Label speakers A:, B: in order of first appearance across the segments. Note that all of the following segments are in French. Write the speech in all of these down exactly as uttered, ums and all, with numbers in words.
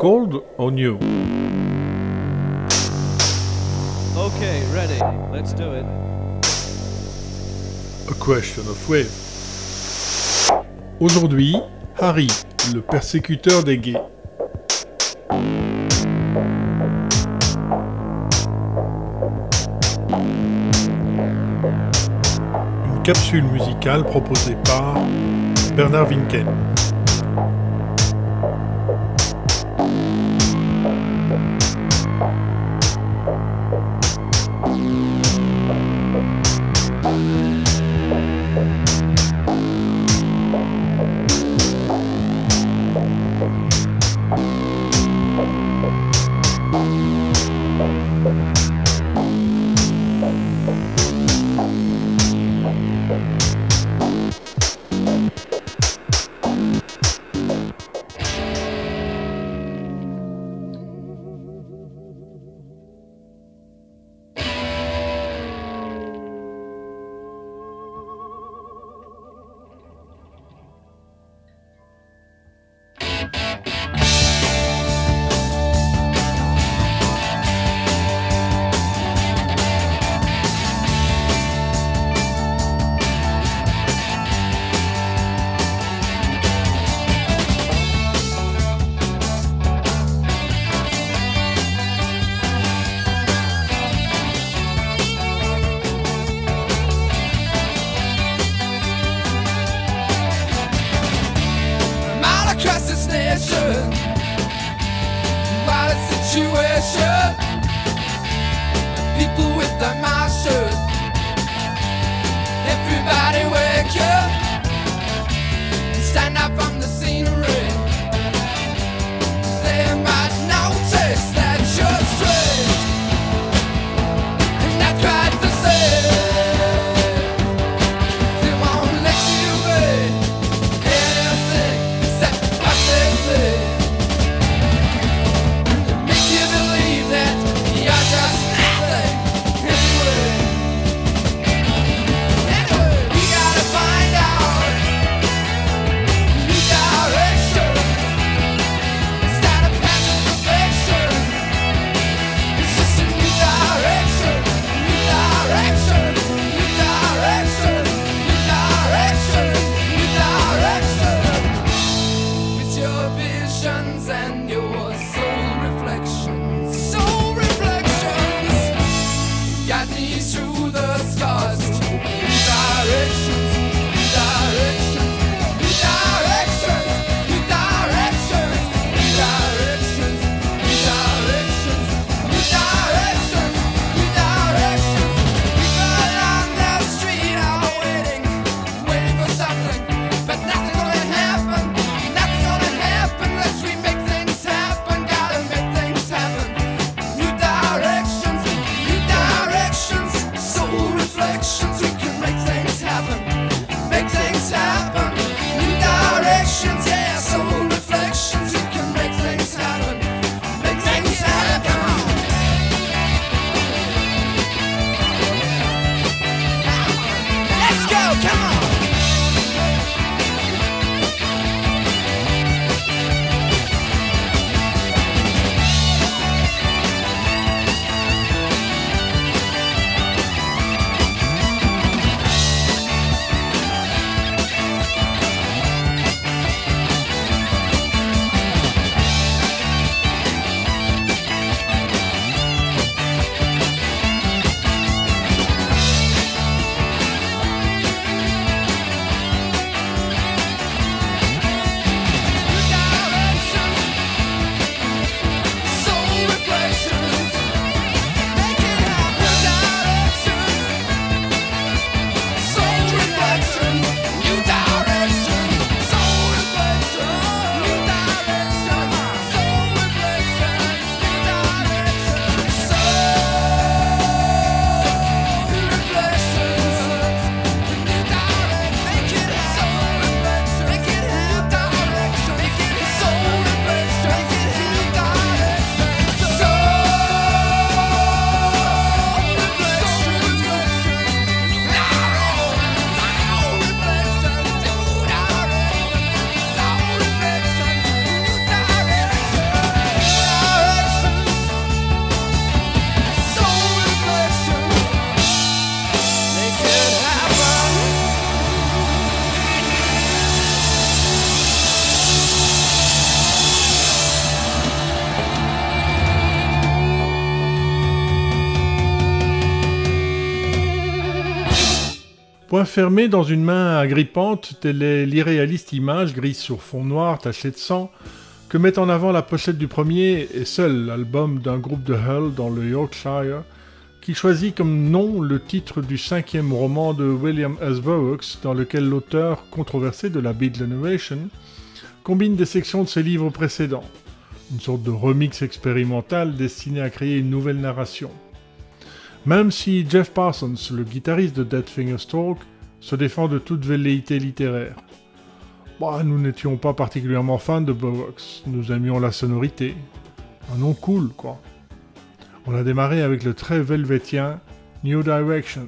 A: Cold or new?
B: Okay, ready. Let's do it.
A: A question of wave. Aujourd'hui, Harry, le persécuteur des gays. Une capsule musicale proposée par Bernard Winken.
C: Out
A: Point fermé dans une main agrippante, telle est l'irréaliste image, grise sur fond noir taché de sang, que met en avant la pochette du premier et seul album d'un groupe de Hull dans le Yorkshire, qui choisit comme nom le titre du cinquième roman de William S. Burroughs, dans lequel l'auteur controversé de la Beat Generation combine des sections de ses livres précédents, une sorte de remix expérimental destiné à créer une nouvelle narration. Même si Jeff Parsons, le guitariste de Dead Fingers Talk, se défend de toute velléité littéraire. Bah, nous n'étions pas particulièrement fans de Burroughs, nous aimions la sonorité. Un nom cool, quoi. On a démarré avec le très velvétien New Directions.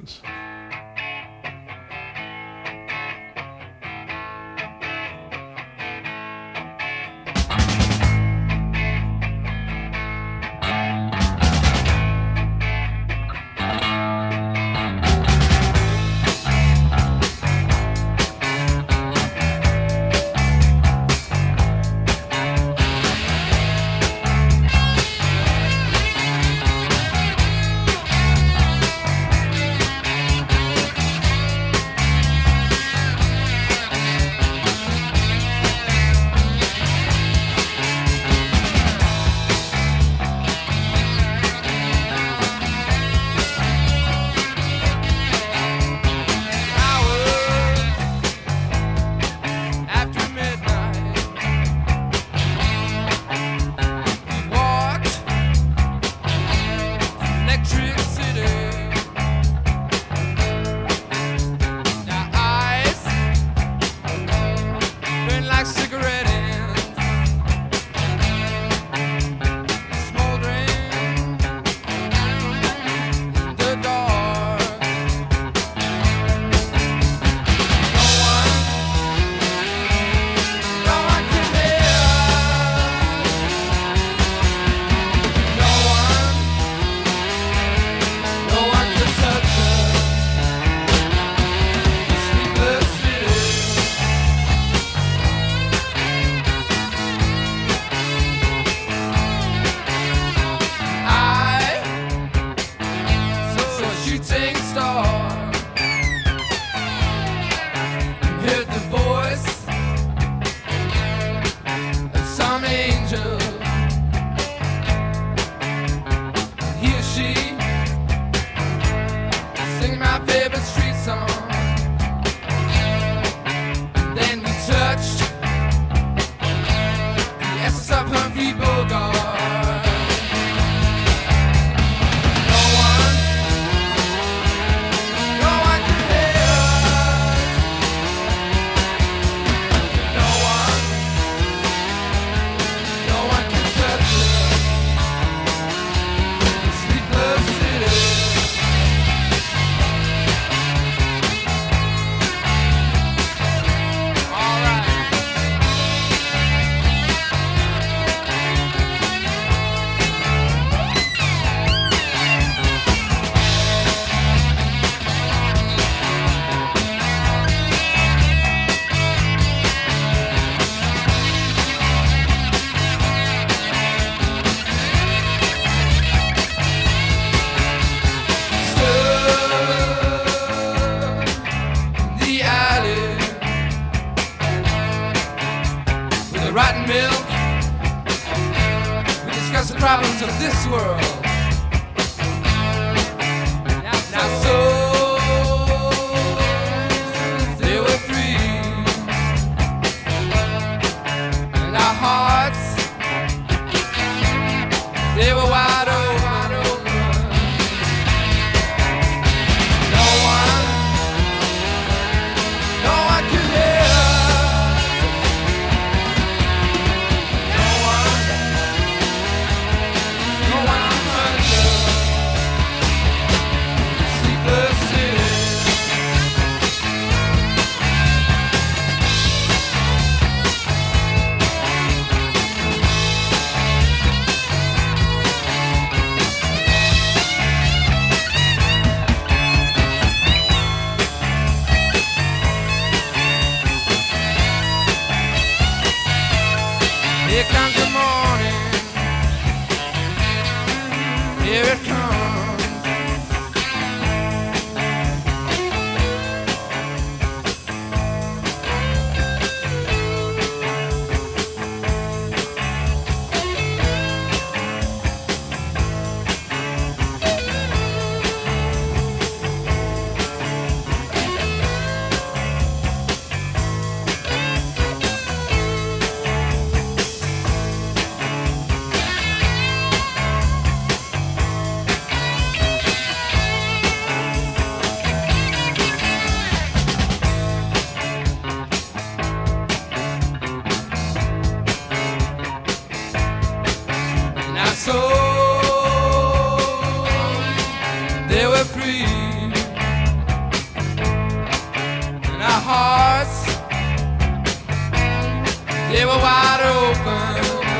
C: they were wide open.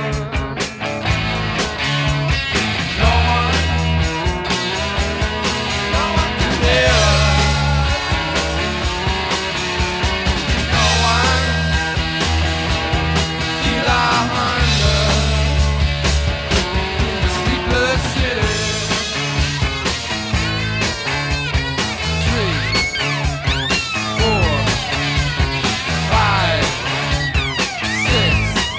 C: No one, no one could hear us. No one feel our hunger. The sleepless city. Three, four, five, six.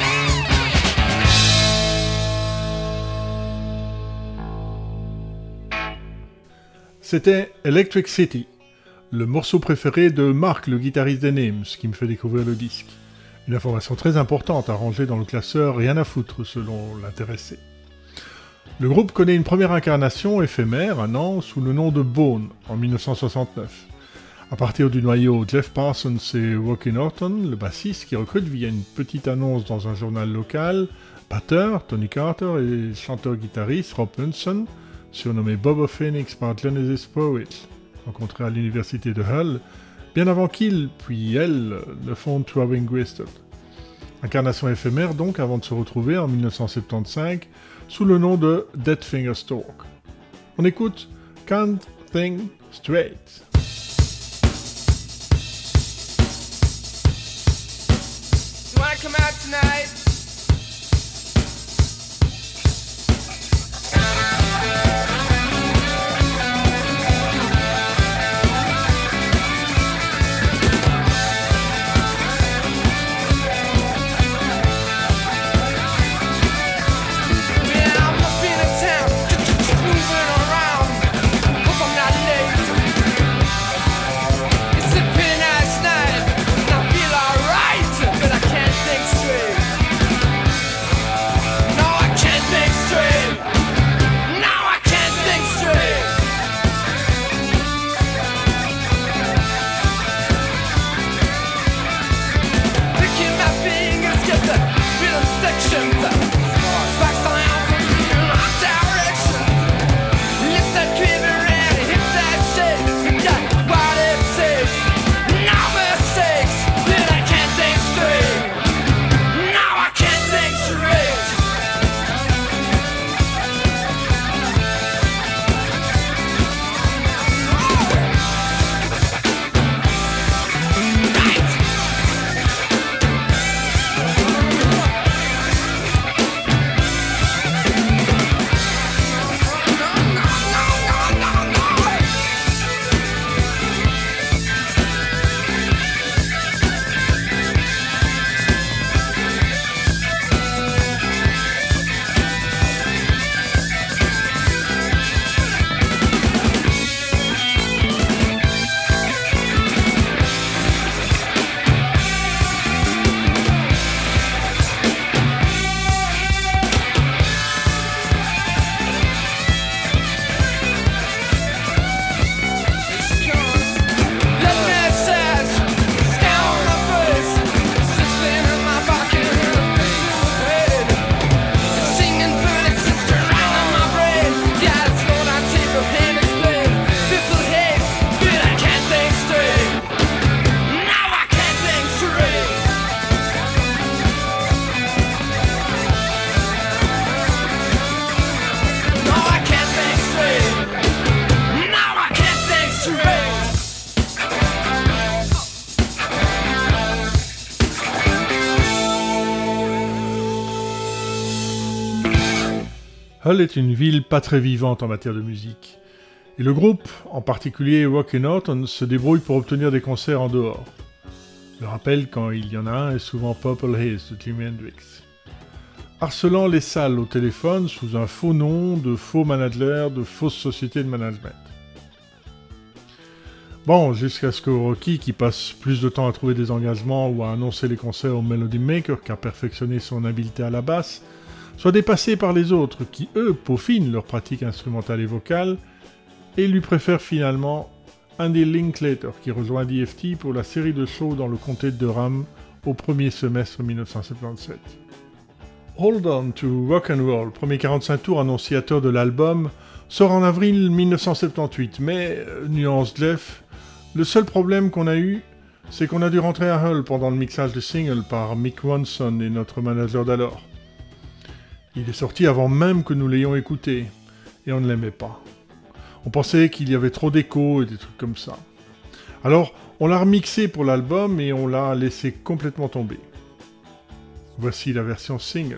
A: C'était Electric City, le morceau préféré de Mark, le guitariste des Names, qui me fait découvrir le disque. Une information très importante à ranger dans le classeur Rien à foutre selon l'intéressé. Le groupe connaît une première incarnation éphémère un an sous le nom de Bone en dix-neuf cent soixante-neuf. À partir du noyau Jeff Parsons et Rocky Norton, le bassiste qui recrute via une petite annonce dans un journal local, batteur Tony Carter et chanteur-guitariste Rob Munson, surnommé Bobo Phoenix par Genesis Poet, rencontré à l'université de Hull, bien avant qu'il, puis elle, ne fondent Throbbing Gristle. Incarnation éphémère donc avant de se retrouver en dix-neuf cent soixante-quinze sous le nom de Dead Finger Stalk. On écoute Can't Think Straight.
C: You wanna come out tonight? Yeah, I'm up in a town, just moving around. Hope I'm not late. It's a pretty nice night, and I feel alright, but I can't think straight. No, I can't think straight. No, I can't think straight. Picking my fingers, get the rhythm sections. Sparks on out from in my direction. Lips that quiver and hips that shake. We got what it takes. No mistakes, but I can't think straight. No, I can't think straight. Right. No, no, no, no, no, no.
A: Hull est une ville pas très vivante en matière de musique. Et le groupe, en particulier Rocky Norton, se débrouille pour obtenir des concerts en dehors. Le rappel, quand il y en a un, est souvent Purple Haze de Jimi Hendrix. Harcelant les salles au téléphone sous un faux nom, de faux managers, de fausses sociétés de management. Bon, jusqu'à ce que Rocky, qui passe plus de temps à trouver des engagements ou à annoncer les concerts au Melody Maker qu'à perfectionner son habileté à la basse, soit dépassé par les autres qui, eux, peaufinent leur pratique instrumentale et vocale, et lui préfèrent finalement Andy Linklater, qui rejoint D F T pour la série de shows dans le comté de Durham au premier semestre dix-neuf cent soixante-dix-sept. Hold On to Rock and Roll, premier quarante-cinq tours annonciateur de l'album, sort en avril dix-neuf cent soixante-dix-huit, mais, euh, nuance Jeff, le seul problème qu'on a eu, c'est qu'on a dû rentrer à Hull pendant le mixage du single par Mick Ronson et notre manager d'alors. Il est sorti avant même que nous l'ayons écouté, et on ne l'aimait pas. On pensait qu'il y avait trop d'écho et des trucs comme ça. Alors, on l'a remixé pour l'album et on l'a laissé complètement tomber. Voici la version single.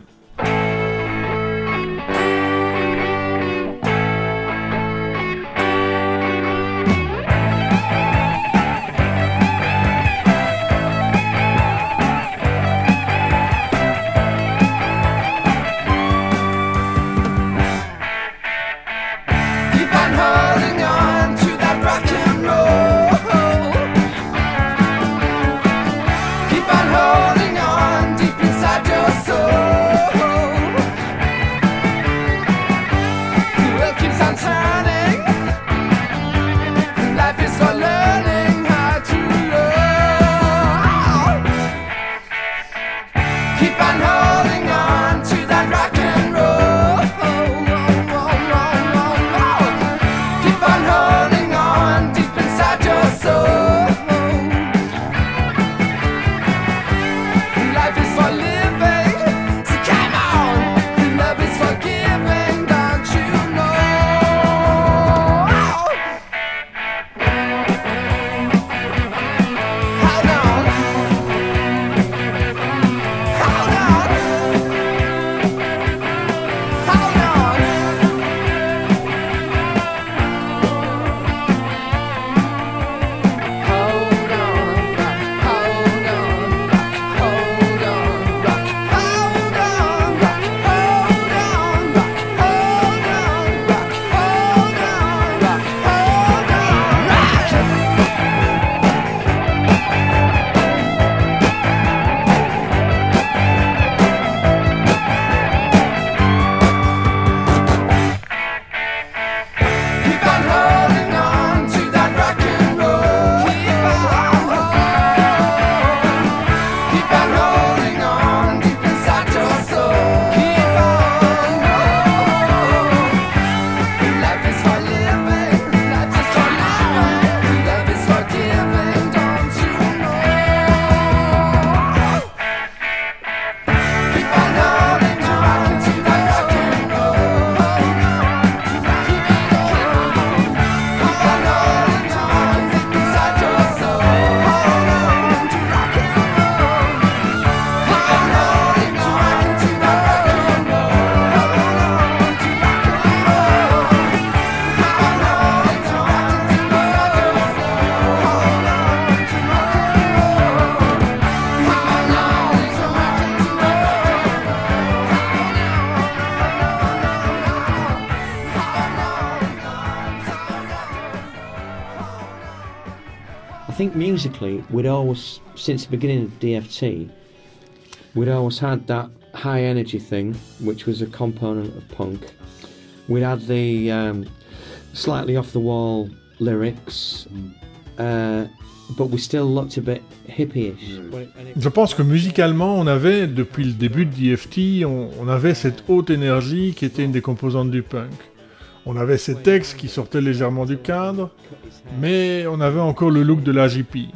D: I think musically, we'd always, since the beginning of D F T, we'd always had that high energy thing, which was a component of punk. We'd had the um, slightly off the wall lyrics, uh, but we still looked a bit hippie-ish.
A: Je pense que musicalement, on avait, depuis le début de D F T, on, on avait cette haute énergie qui était une des composantes du punk. On avait ces textes qui sortaient légèrement du cadre, mais on avait encore le look de l'A J P.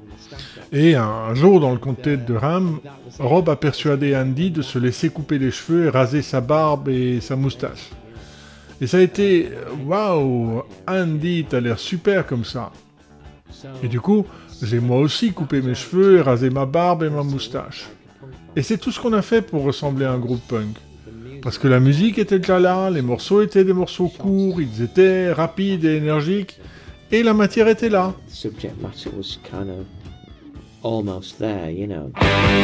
A: Et un jour, dans le comté de Durham, Rob a persuadé Andy de se laisser couper les cheveux et raser sa barbe et sa moustache. Et ça a été « Waouh, Andy, t'as l'air super comme ça !» Et du coup, j'ai moi aussi coupé mes cheveux et rasé ma barbe et ma moustache. Et c'est tout ce qu'on a fait pour ressembler à un groupe punk. Parce que la musique était déjà là, les morceaux étaient des morceaux courts, ils étaient rapides et énergiques, et la matière était là.
D: The subject matter was kind of almost there, you know.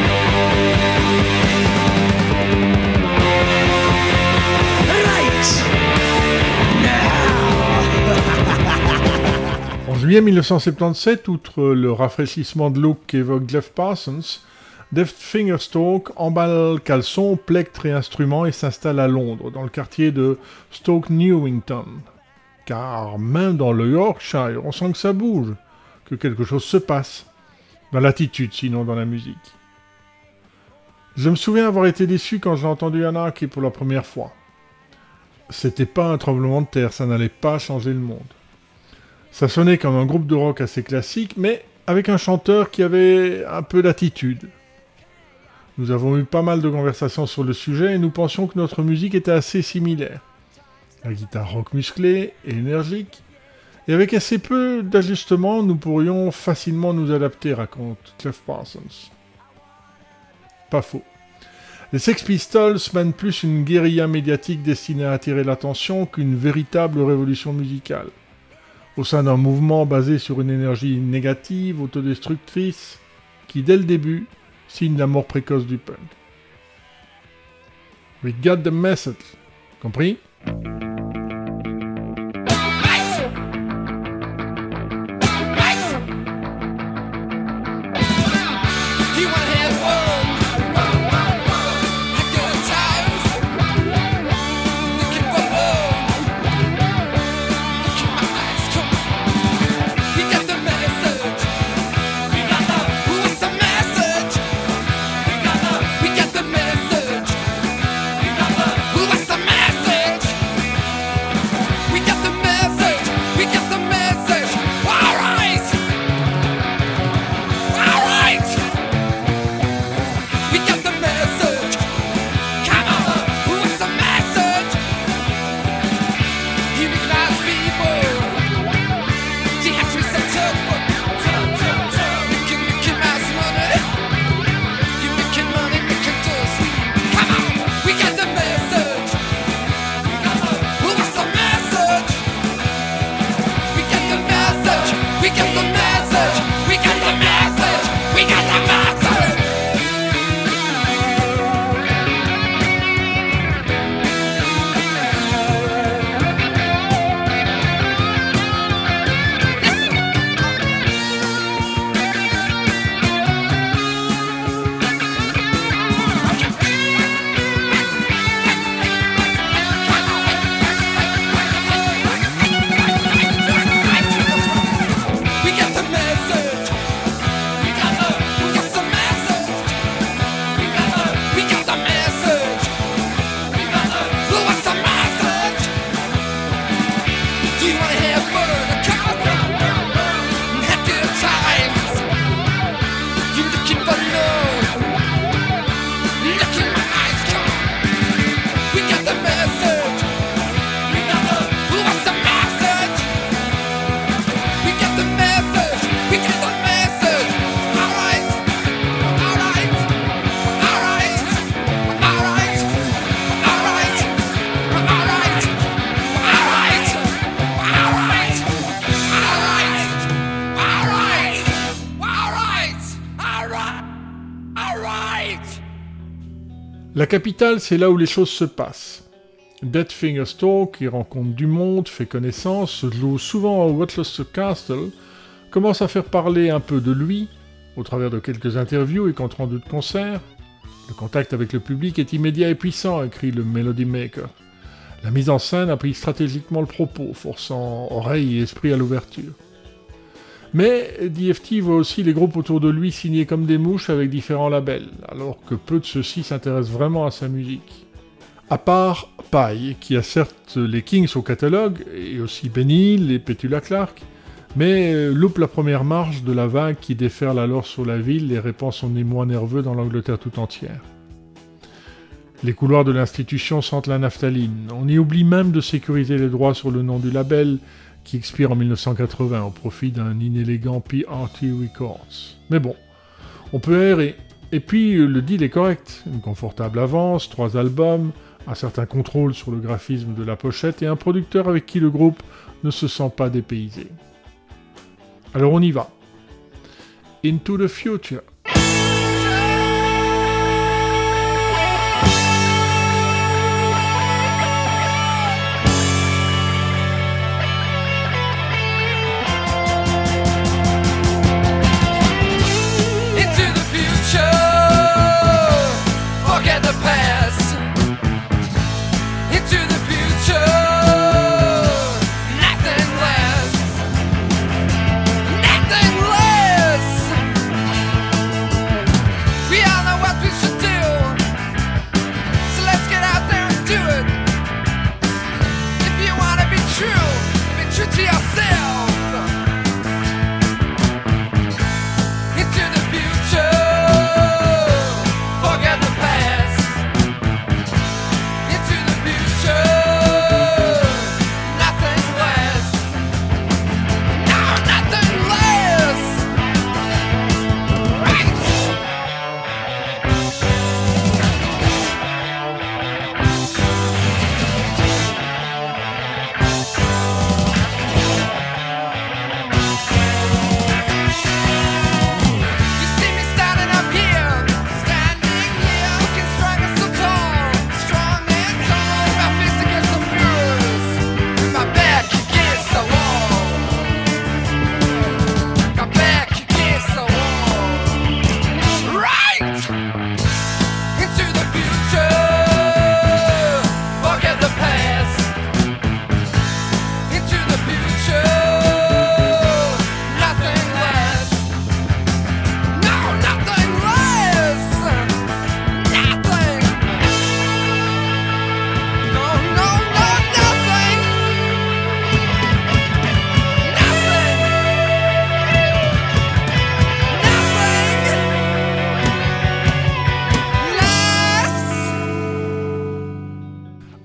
A: En juillet mille neuf cent soixante-dix-sept, outre le rafraîchissement de look qu'évoque Jeff Parsons, Deft Fingerstalk emballe caleçon, plectre et instruments et s'installe à Londres, dans le quartier de Stoke Newington. Car même dans le Yorkshire, on sent que ça bouge, que quelque chose se passe. Dans l'attitude, sinon dans la musique. Je me souviens avoir été déçu quand j'ai entendu Anarchy pour la première fois. C'était pas un tremblement de terre, ça n'allait pas changer le monde. Ça sonnait comme un groupe de rock assez classique, mais avec un chanteur qui avait un peu d'attitude. Nous avons eu pas mal de conversations sur le sujet et nous pensions que notre musique était assez similaire. La guitare rock musclée et énergique, et avec assez peu d'ajustements, nous pourrions facilement nous adapter, raconte Cliff Parsons. Pas faux. Les Sex Pistols mènent plus une guérilla médiatique destinée à attirer l'attention qu'une véritable révolution musicale. Au sein d'un mouvement basé sur une énergie négative, autodestructrice, qui dès le début signe la mort précoce du punk. We got the message. Compris? La capitale, c'est là où les choses se passent. Dead Finger Store, qui rencontre du monde, fait connaissance, se joue souvent au Westminster Castle, commence à faire parler un peu de lui, au travers de quelques interviews et comptes rendus de concerts. Le contact avec le public est immédiat et puissant, écrit le Melody Maker. La mise en scène a pris stratégiquement le propos, forçant oreilles et esprit à l'ouverture. Mais D F T voit aussi les groupes autour de lui signer comme des mouches avec différents labels, alors que peu de ceux-ci s'intéressent vraiment à sa musique. À part Pye, qui a certes les Kings au catalogue, et aussi Benny Hill et Petula Clark, mais loupe la première marche de la vague qui déferle alors sur la ville et répand son émoi nerveux dans l'Angleterre tout entière. Les couloirs de l'institution sentent la naphtaline, on y oublie même de sécuriser les droits sur le nom du label, qui expire en mille neuf cent quatre-vingts au profit d'un inélégant P R T Records. Mais bon, on peut aérer. Et puis, le deal est correct. Une confortable avance, trois albums, un certain contrôle sur le graphisme de la pochette et un producteur avec qui le groupe ne se sent pas dépaysé. Alors on y va. Into the Future.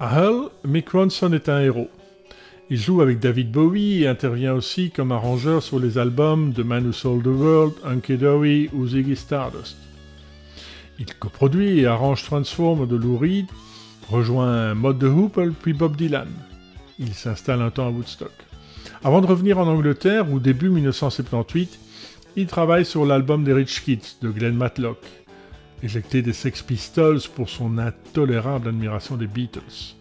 A: À Hull, Mick Ronson est un héros. Il joue avec David Bowie et intervient aussi comme arrangeur sur les albums The Man Who Sold the World, Hunky Dory ou Ziggy Stardust. Il coproduit et arrange Transform de Lou Reed, rejoint Mott the Hoople puis Bob Dylan. Il s'installe un temps à Woodstock. Avant de revenir en Angleterre, où début dix-neuf cent soixante-dix-huit, il travaille sur l'album des Rich Kids de Glenn Matlock, éjecté des Sex Pistols pour son intolérable admiration des Beatles.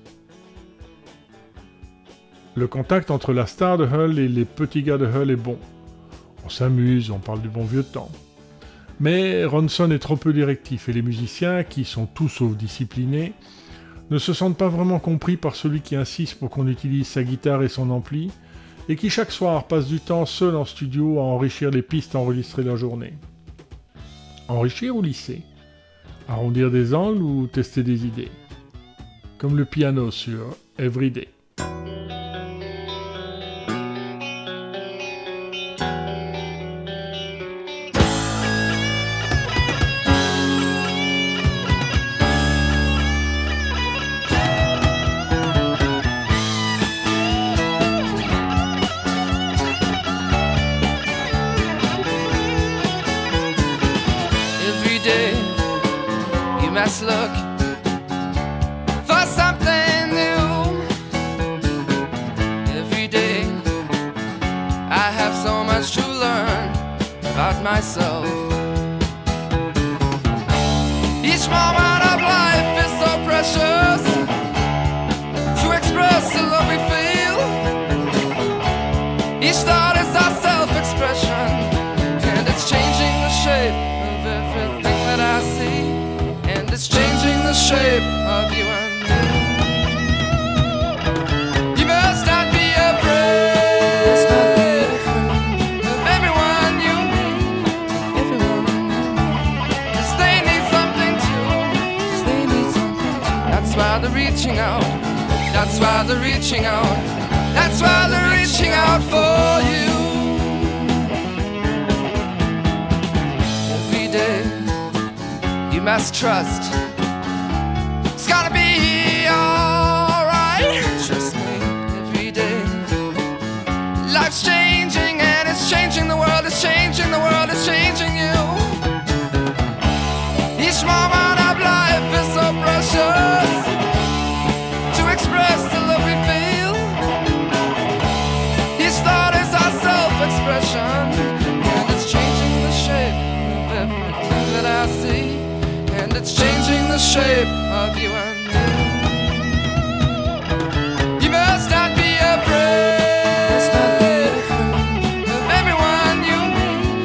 A: Le contact entre la star de Hull et les petits gars de Hull est bon. On s'amuse, on parle du bon vieux temps. Mais Ronson est trop peu directif et les musiciens, qui sont tout sauf disciplinés, ne se sentent pas vraiment compris par celui qui insiste pour qu'on utilise sa guitare et son ampli, et qui chaque soir passe du temps seul en studio à enrichir les pistes enregistrées la journée. Enrichir ou lisser? Arrondir des angles ou tester des idées? Comme le piano sur Everyday.
C: Must look for something new. Every day I have so much to learn about myself. Each moment of life is so precious to express the love we feel. Each thought is our self-expression, and it's changing the shape of everything that I see. It's changing the shape of you and me. You must not be afraid of everyone you meet. Cause they need something too. That's why they're reaching out. That's why they're reaching out. That's why they're reaching out for you. Every day you must trust. It's gonna be alright. Trust me, every day. Life's changing and it's changing the world. It's changing the world. It's changing you. Each moment of life is so precious to express the love we feel. Each thought is our self-expression, and it's changing the shape of everything that I see. And it's changing the shape of you and me. You must not be afraid of everyone you meet.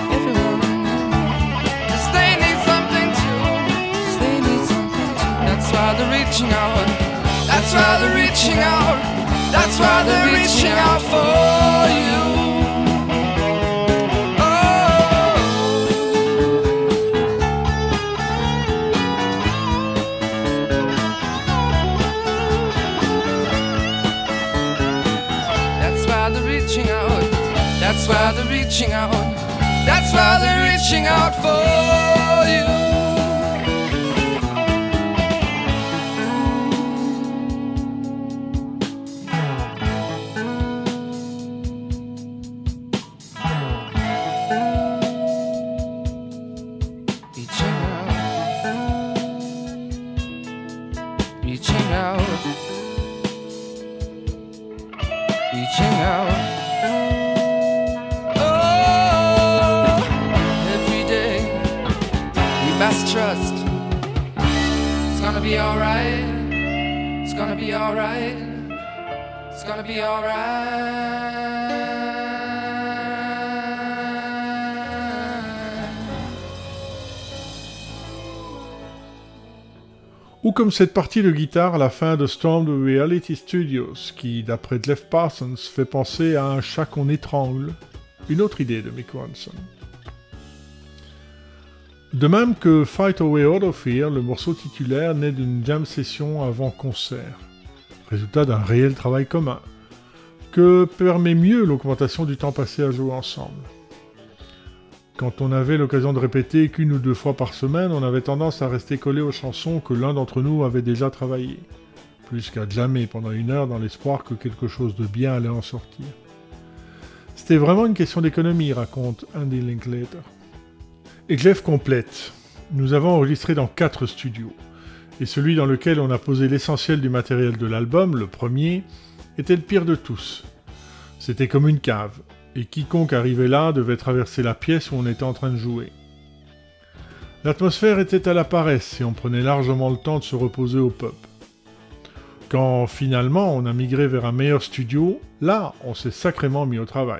C: Cause they need something too. That's why they're reaching out. That's why they're reaching out. That's why they're reaching out for you. That's why they're reaching out. That's why they're reaching out for you. Reaching out. Reaching out. Reaching out. Must trust. It's gonna be alright. It's gonna be alright. It's gonna be alright.
A: Ou comme cette partie de guitare à la fin de Storm de Reality Studios, qui, d'après Jeff Parsons, fait penser à un chat qu'on étrangle, une autre idée de Mick Ronson. De même que Fight Away Out of Fear, le morceau titulaire naît d'une jam session avant concert, résultat d'un réel travail commun, que permet mieux l'augmentation du temps passé à jouer ensemble. Quand on avait l'occasion de répéter qu'une ou deux fois par semaine, on avait tendance à rester collé aux chansons que l'un d'entre nous avait déjà travaillées. plus qu'à jammer pendant une heure dans l'espoir que quelque chose de bien allait en sortir. C'était vraiment une question d'économie, raconte Andy Linklater. Et Jeff complète. Nous avons enregistré dans quatre studios. Et celui dans lequel on a posé l'essentiel du matériel de l'album, le premier, était le pire de tous. C'était comme une cave, et quiconque arrivait là devait traverser la pièce où on était en train de jouer. L'atmosphère était à la paresse, et on prenait largement le temps de se reposer au pub. Quand finalement on a migré vers un meilleur studio, là on s'est sacrément mis au travail.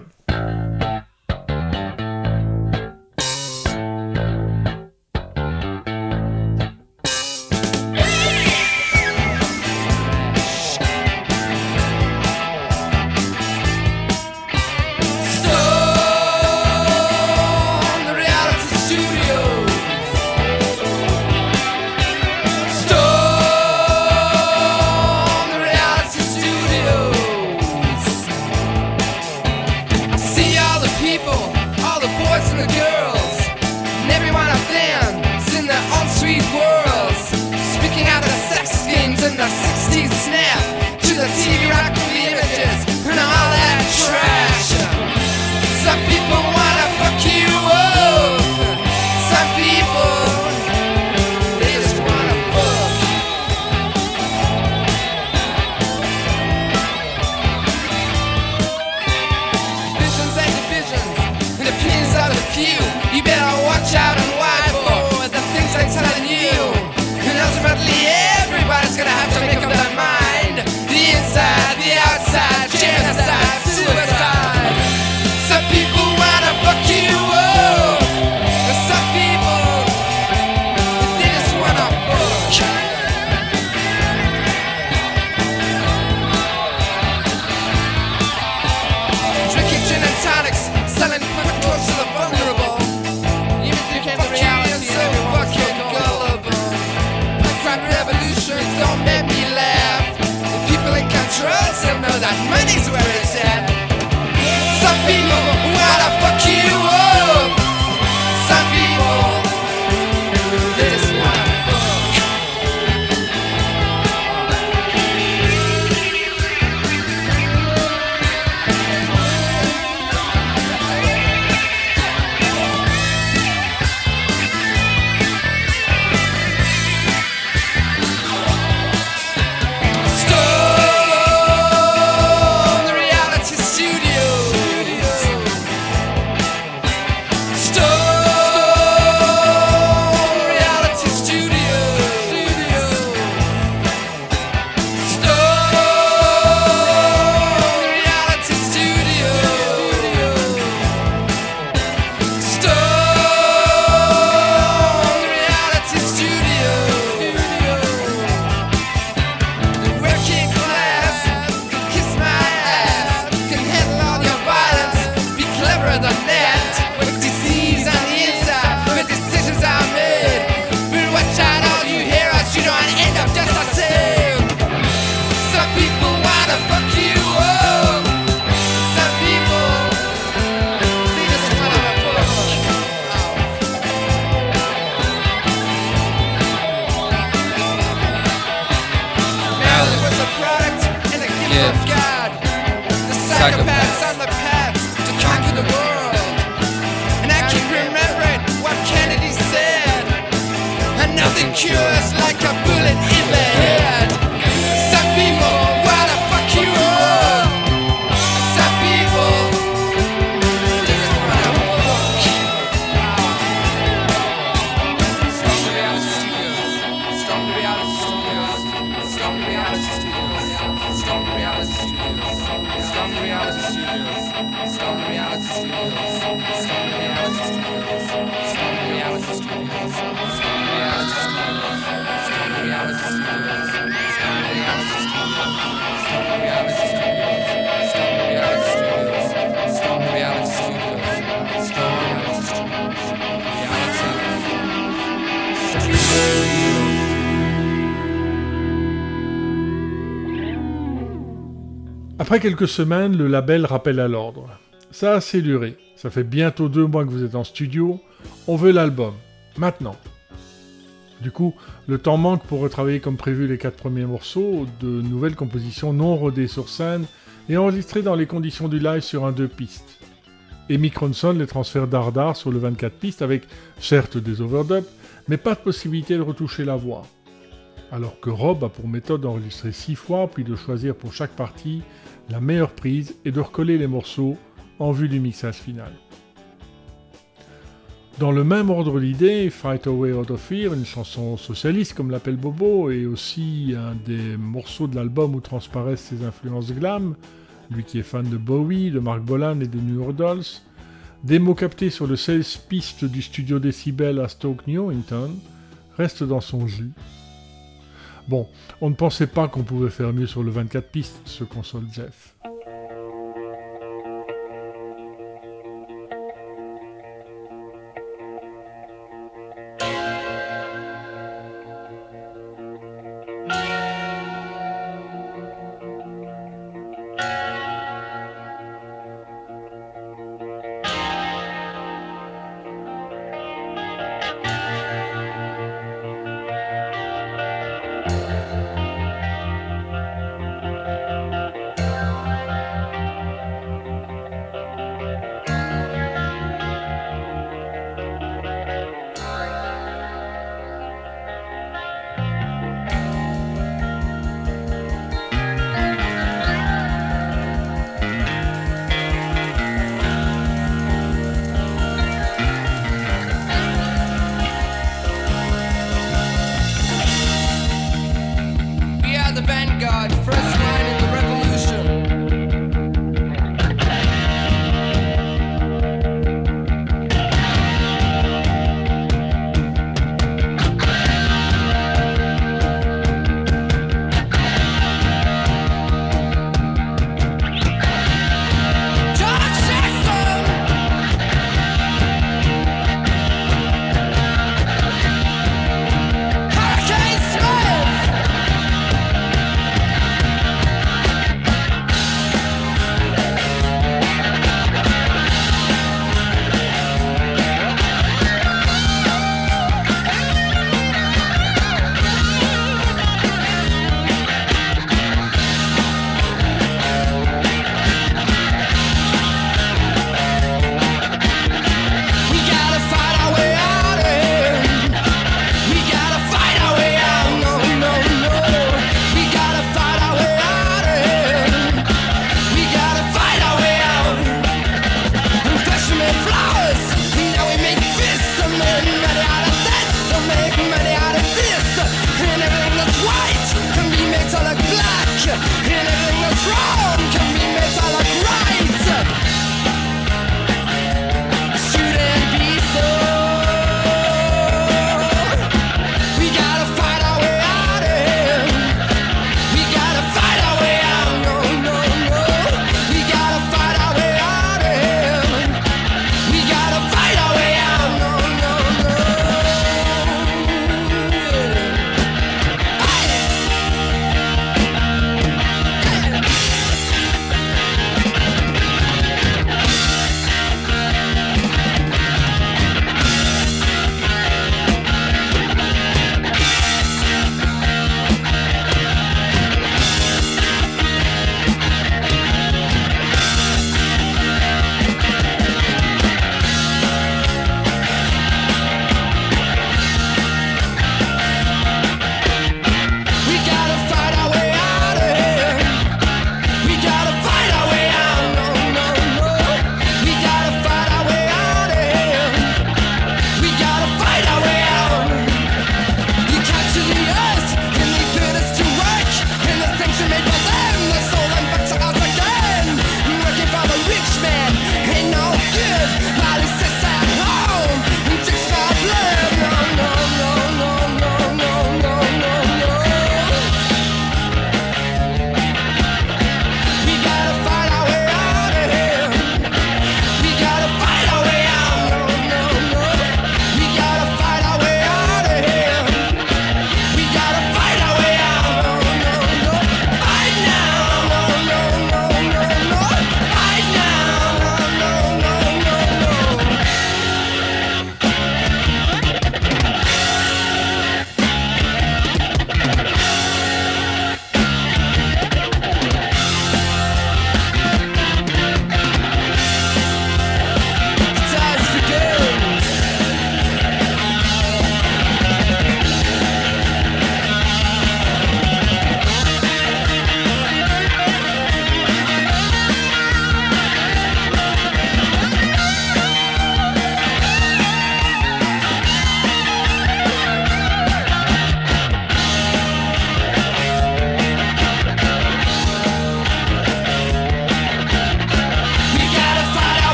A: Après quelques semaines, le label rappelle à l'ordre. Ça a assez duré. Ça fait bientôt deux mois que vous êtes en studio. On veut l'album. Maintenant. Du coup, le temps manque pour retravailler comme prévu les quatre premiers morceaux, de nouvelles compositions non rodées sur scène et enregistrées dans les conditions du live sur un deux pistes. Et Mick Ronson les transfère dardard sur le vingt-quatre pistes avec certes des overdubs, mais pas de possibilité de retoucher la voix. Alors que Rob a pour méthode d'enregistrer six fois, puis de choisir pour chaque partie la meilleure prise et de recoller les morceaux en vue du mixage final. Dans le même ordre d'idées, Fight Away Out of Fear, une chanson socialiste comme l'appelle Bobo, et aussi un des morceaux de l'album où transparaissent ses influences glam, lui qui est fan de Bowie, de Mark Bolan et de New York Dolls, des mots captés sur le seize pistes du studio Decibel à Stoke Newington, restent dans son jus. Bon, on ne pensait pas qu'on pouvait faire mieux sur le vingt-quatre pistes, se console Jeff.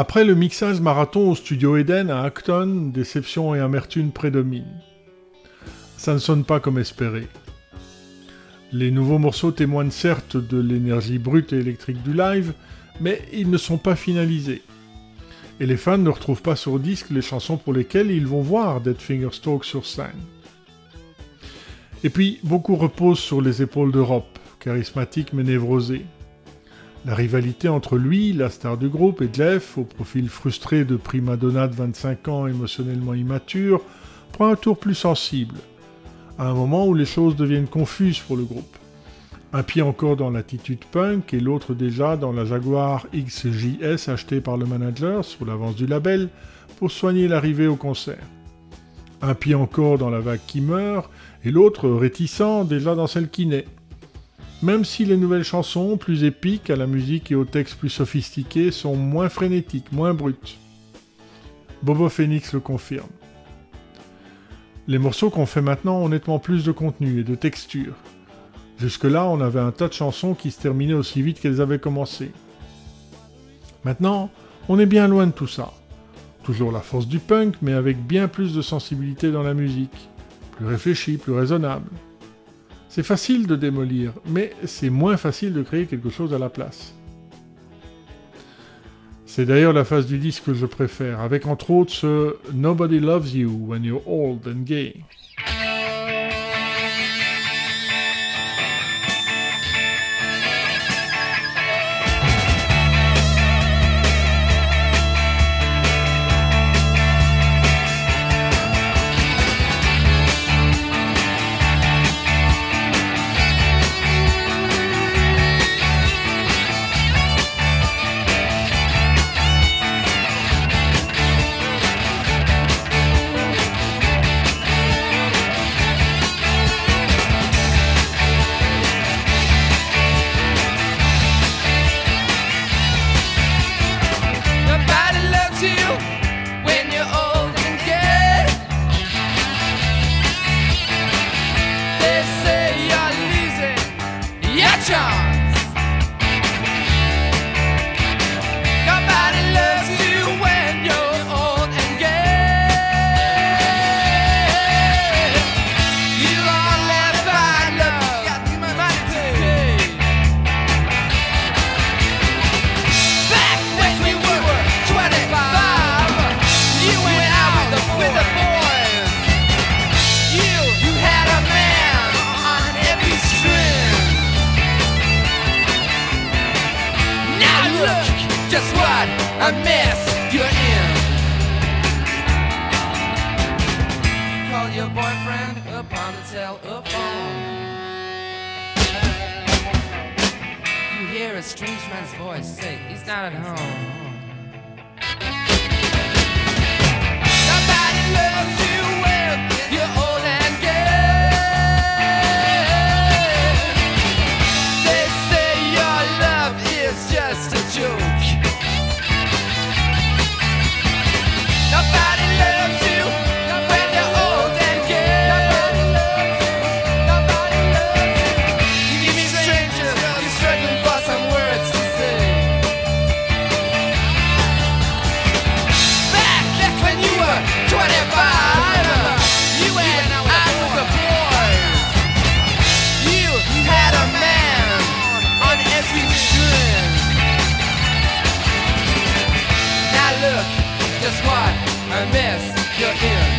A: Après le mixage marathon au studio Eden à Acton, déception et amertume prédominent. Ça ne sonne pas comme espéré. Les nouveaux morceaux témoignent certes de l'énergie brute et électrique du live, mais ils ne sont pas finalisés. Et les fans ne retrouvent pas sur disque les chansons pour lesquelles ils vont voir Dead Fingerstalk sur scène. Et puis, beaucoup reposent sur les épaules de Rob, charismatique mais névrosé. La rivalité entre lui, la star du groupe, et Jeff, au profil frustré de prima donna de vingt-cinq ans émotionnellement immature, prend un tour plus sensible, à un moment où les choses deviennent confuses pour le groupe. Un pied encore dans l'attitude punk et l'autre déjà dans la Jaguar X J S achetée par le manager sur l'avance du label pour soigner l'arrivée au concert. Un pied encore dans la vague qui meurt et l'autre réticent déjà dans celle qui naît. Même si les nouvelles chansons, plus épiques, à la musique et au texte plus sophistiqués, sont moins frénétiques, moins brutes. Bobo Phoenix le confirme. Les morceaux qu'on fait maintenant ont nettement plus de contenu et de texture. Jusque-là, on avait un tas de chansons qui se terminaient aussi vite qu'elles avaient commencé. Maintenant, on est bien loin de tout ça. Toujours la force du punk, mais avec bien plus de sensibilité dans la musique. Plus réfléchi, plus raisonnable. C'est facile de démolir, mais c'est moins facile de créer quelque chose à la place. C'est d'ailleurs la phase du disque que je préfère, avec entre autres ce « Nobody loves you when you're old and gay ».
C: A mess you're in. You call your boyfriend up on the telephone. You hear a strange man's voice say he's not at home. Nobody loves you when you're old and gay. They say your love is just a joke. Nobody loves you when you're old and gay. Nobody loves you. You meet strangers, you're struggling for some words to say. Back, back when you were twenty-five, you went out with the boys. You had a man on every string. Now look, just what a mess you're in.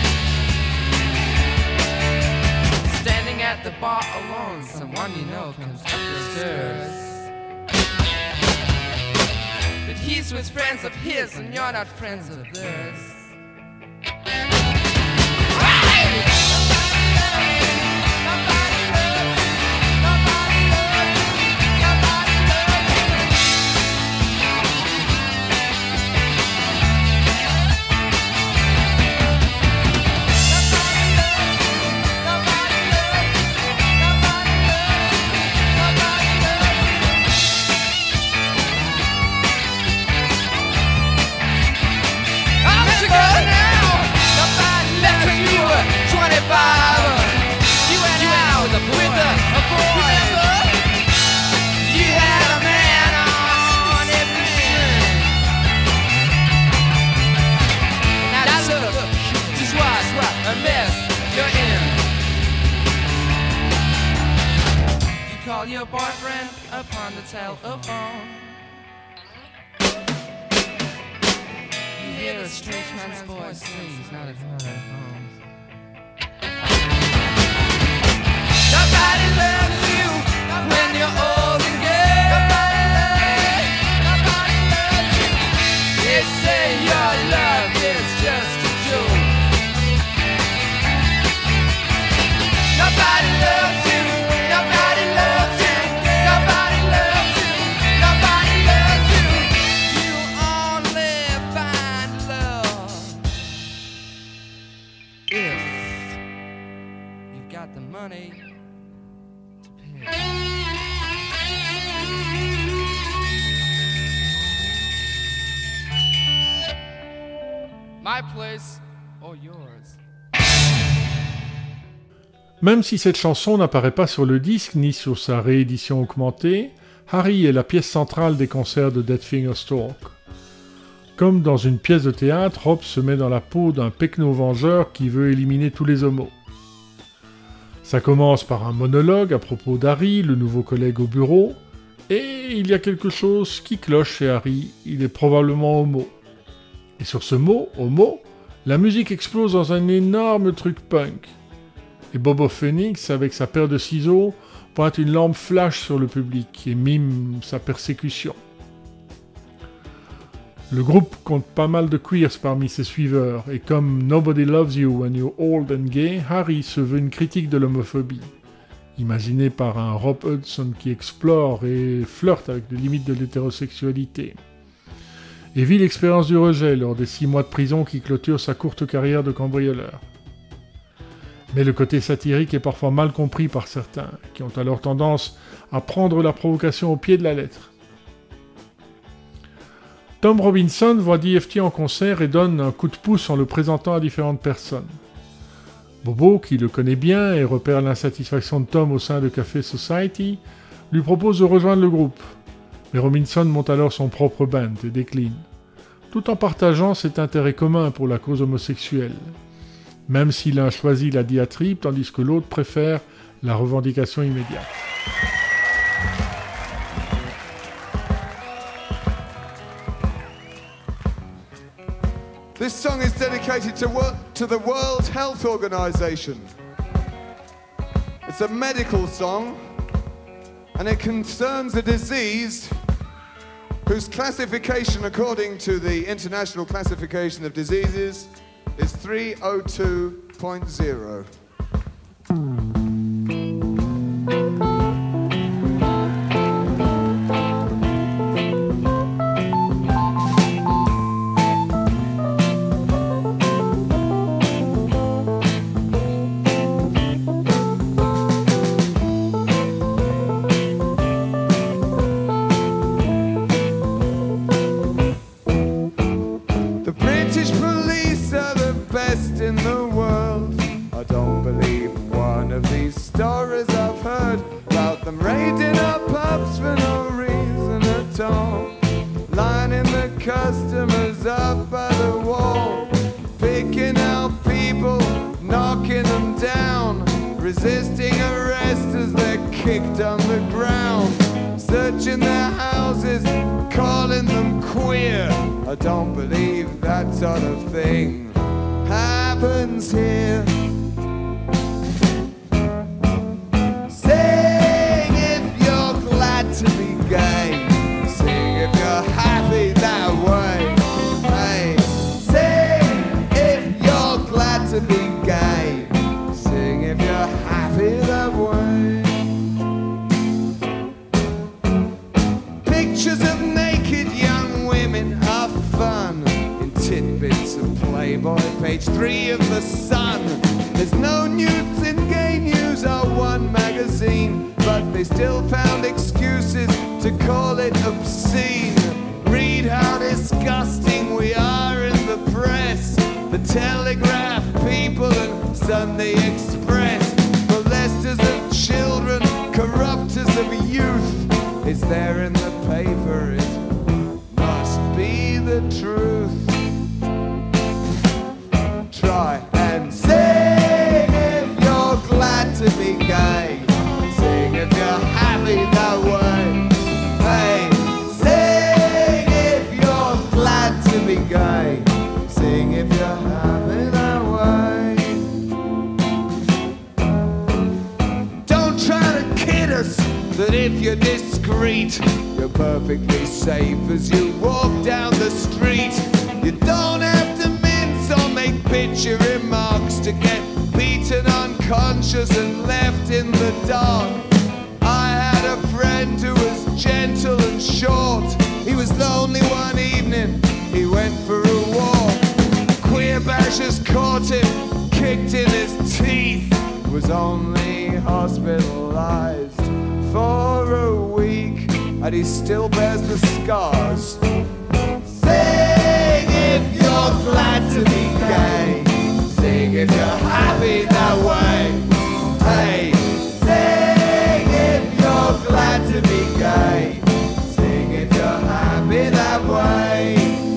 C: Standing at the bar alone, someone you know comes up the stairs. But he's with friends of his and you're not friends of theirs. Right! Nobody loves you. Nobody loves you. Nobody loves you. I'm call your boyfriend upon the telephone. You hear a strange man's voice saying he's not at home. Nobody loves you when you're old and gay. Nobody loves you. They say your love is just a joke. Nobody loves you. Nobody loves you. Nobody loves you. Nobody loves you. You only find love if you've got the money. My place or yours.
A: Même si cette chanson n'apparaît pas sur le disque ni sur sa réédition augmentée, Harry est la pièce centrale des concerts de Dead Fingers Talk. Comme dans une pièce de théâtre, Rob se met dans la peau d'un pecno-vengeur qui veut éliminer tous les homos. Ça commence par un monologue à propos d'Harry, le nouveau collègue au bureau, et il y a quelque chose qui cloche chez Harry, il est probablement homo. Et sur ce mot, homo, la musique explose dans un énorme truc punk. Et Bobo Phoenix, avec sa paire de ciseaux, pointe une lampe flash sur le public et mime sa persécution. Le groupe compte pas mal de queers parmi ses suiveurs, et comme Nobody Loves You When You're Old and Gay, Harry se veut une critique de l'homophobie, imaginée par un Rob Hudson qui explore et flirte avec les limites de l'hétérosexualité, et vit l'expérience du rejet lors des six mois de prison qui clôturent sa courte carrière de cambrioleur. Mais le côté satirique est parfois mal compris par certains, qui ont alors tendance à prendre la provocation au pied de la lettre. Tom Robinson voit D F T en concert et donne un coup de pouce en le présentant à différentes personnes. Bobo, qui le connaît bien et repère l'insatisfaction de Tom au sein de Café Society, lui propose de rejoindre le groupe. Mais Robinson monte alors son propre band et décline, tout en partageant cet intérêt commun pour la cause homosexuelle, même si l'un choisit la diatribe tandis que l'autre préfère la revendication immédiate.
E: This song is dedicated to, wo- to the World Health Organization. It's a medical song, and it concerns a disease whose classification according to the International Classification of Diseases is three oh two point oh.
F: Customers up by the wall, picking out people, knocking them down, resisting arrest as they're kicked on the ground, searching their houses, calling them queer. I don't believe that sort of thing happens here. Sing if you're glad to be gay. Sing if you're happy that way. Hey, sing if you're glad to be gay. Sing if you're happy that way. Pictures of naked young women are fun in tidbits of Playboy, page three of the Sun. There's no nudes in Gay News or One magazine, but they still found excuses to call it obscene. Read how disgusting we are in the press. The Telegraph, People and Sunday Express. Molesters of children, corrupters of youth. It's there in the paper, it must be the truth. Try and sing if you're glad to be gay. Sing if you're happy
E: nurse that if you're discreet, you're perfectly safe as you walk down the street. You don't have to mince or make picture remarks to get beaten unconscious and left in the dark. I had a friend who was gentle and short. He was lonely one evening, he went for a walk. Queer bashers caught him, kicked in his teeth. Was only hospitalized for a week, and he still bears the scars. Sing if you're glad to be gay. Sing if you're happy that way. Hey, sing if you're glad to be gay. Sing if you're happy that way.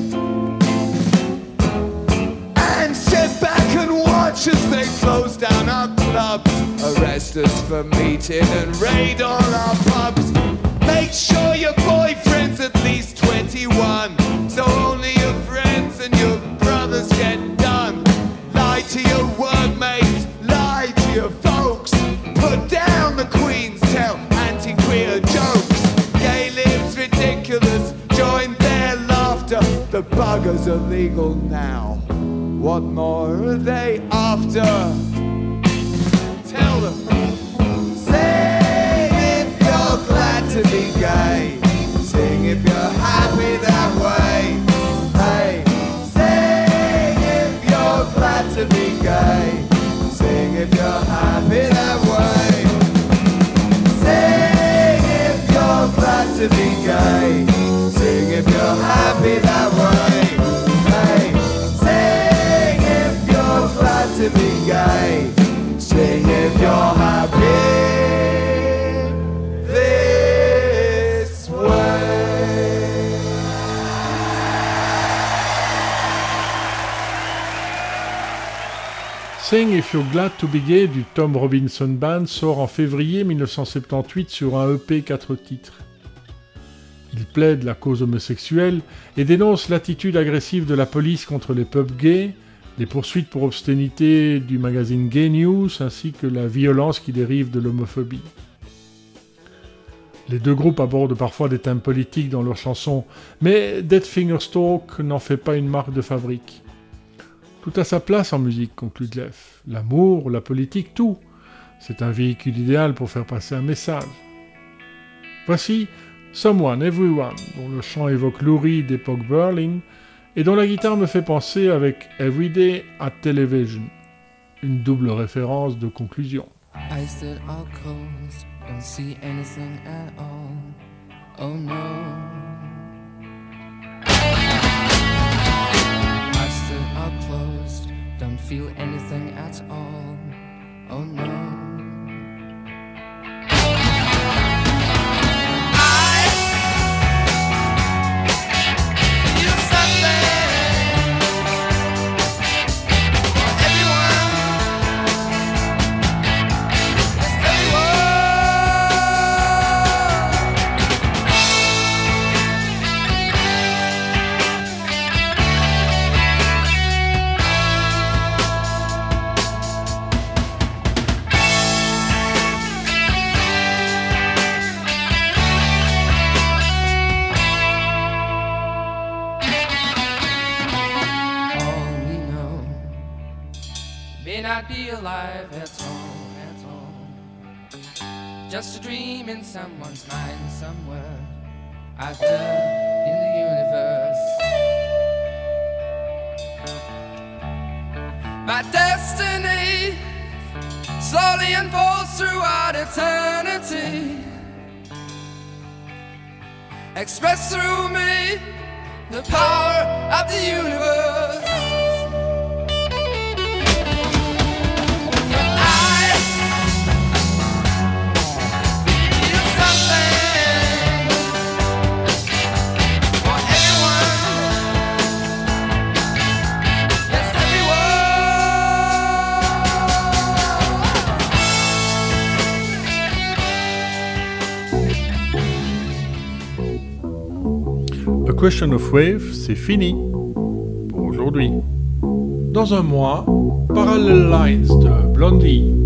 E: And sit back and watch as they close down our clubs, arrest us for meeting and raid all our pubs. Make sure your boyfriend's at least twenty-one, so only your friends and your brothers get done. Lie to your workmates, lie to your folks. Put down the Queen's, tell anti-queer jokes. Gay lives ridiculous, join their laughter. The buggers are legal now. What more are they after? Tell them. Sing if you're glad to be gay. Sing if you're happy that way. Hey, sing if you're glad to be gay. Sing if you're happy that way. Sing if you're glad to be gay. Sing if you're happy that way. Hey, sing if you're glad to be gay. Sing if you're happy this way.
A: Sing If You're Glad to Be Gay du Tom Robinson Band sort en février dix-neuf cent soixante-dix-huit sur un E P quatre titres. Il plaide la cause homosexuelle et dénonce l'attitude agressive de la police contre les pubs gays, les poursuites pour obscénité du magazine Gay News ainsi que la violence qui dérive de l'homophobie. Les deux groupes abordent parfois des thèmes politiques dans leurs chansons, mais Dead Fingers Talk n'en fait pas une marque de fabrique. Tout a sa place en musique, conclut Jeff. L'amour, la politique, tout. C'est un véhicule idéal pour faire passer un message. Voici Someone, Everyone, dont le chant évoque Lou Reed d'époque Berlin, et dont la guitare me fait penser avec Everyday at Television, une double référence de conclusion.
G: I said all closed, don't see anything at all. Oh no. I said all closed, don't feel anything at all. Oh no. Be alive at all, at all. Just a dream in someone's mind somewhere out there in the universe. My destiny slowly unfolds throughout eternity, expressed through me the power of the universe.
A: A Question of Wave, c'est fini pour aujourd'hui. Dans un mois, Parallel Lines de Blondie.